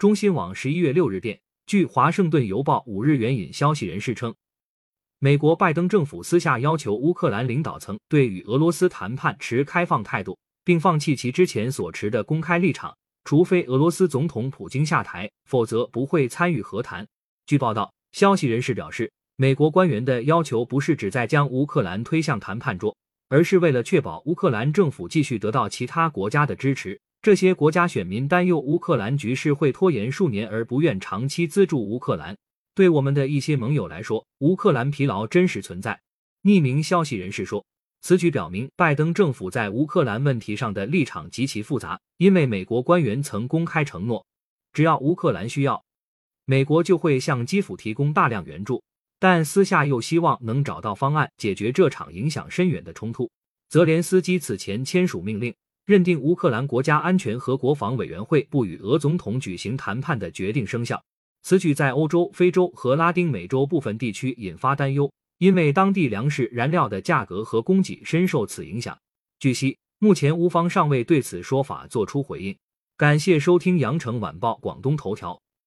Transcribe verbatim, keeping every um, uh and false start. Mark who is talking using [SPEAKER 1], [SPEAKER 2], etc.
[SPEAKER 1] 中新网十一月六日电，据华盛顿邮报五日援引消息人士称，美国拜登政府私下要求乌克兰领导层对与俄罗斯谈判持开放态度，并放弃其之前所持的公开立场，除非俄罗斯总统普京下台，否则不会参与和谈。据报道，消息人士表示，美国官员的要求不是旨在将乌克兰推向谈判桌，而是为了确保乌克兰政府继续得到其他国家的支持。这些国家选民担忧乌克兰局势会拖延数年，而不愿长期资助乌克兰。对我们的一些盟友来说，乌克兰疲劳真实存在。匿名消息人士说，此举表明拜登政府在乌克兰问题上的立场极其复杂，因为美国官员曾公开承诺，只要乌克兰需要，美国就会向基辅提供大量援助，但私下又希望能找到方案解决这场影响深远的冲突。泽连斯基此前签署命令，认定乌克兰国家安全和国防委员会不与俄总统举行谈判的决定生效。此举在欧洲、非洲和拉丁美洲部分地区引发担忧，因为当地粮食、燃料的价格和供给深受此影响。据悉，目前乌方尚未对此说法作出回应。感谢收听羊城晚报广东头条。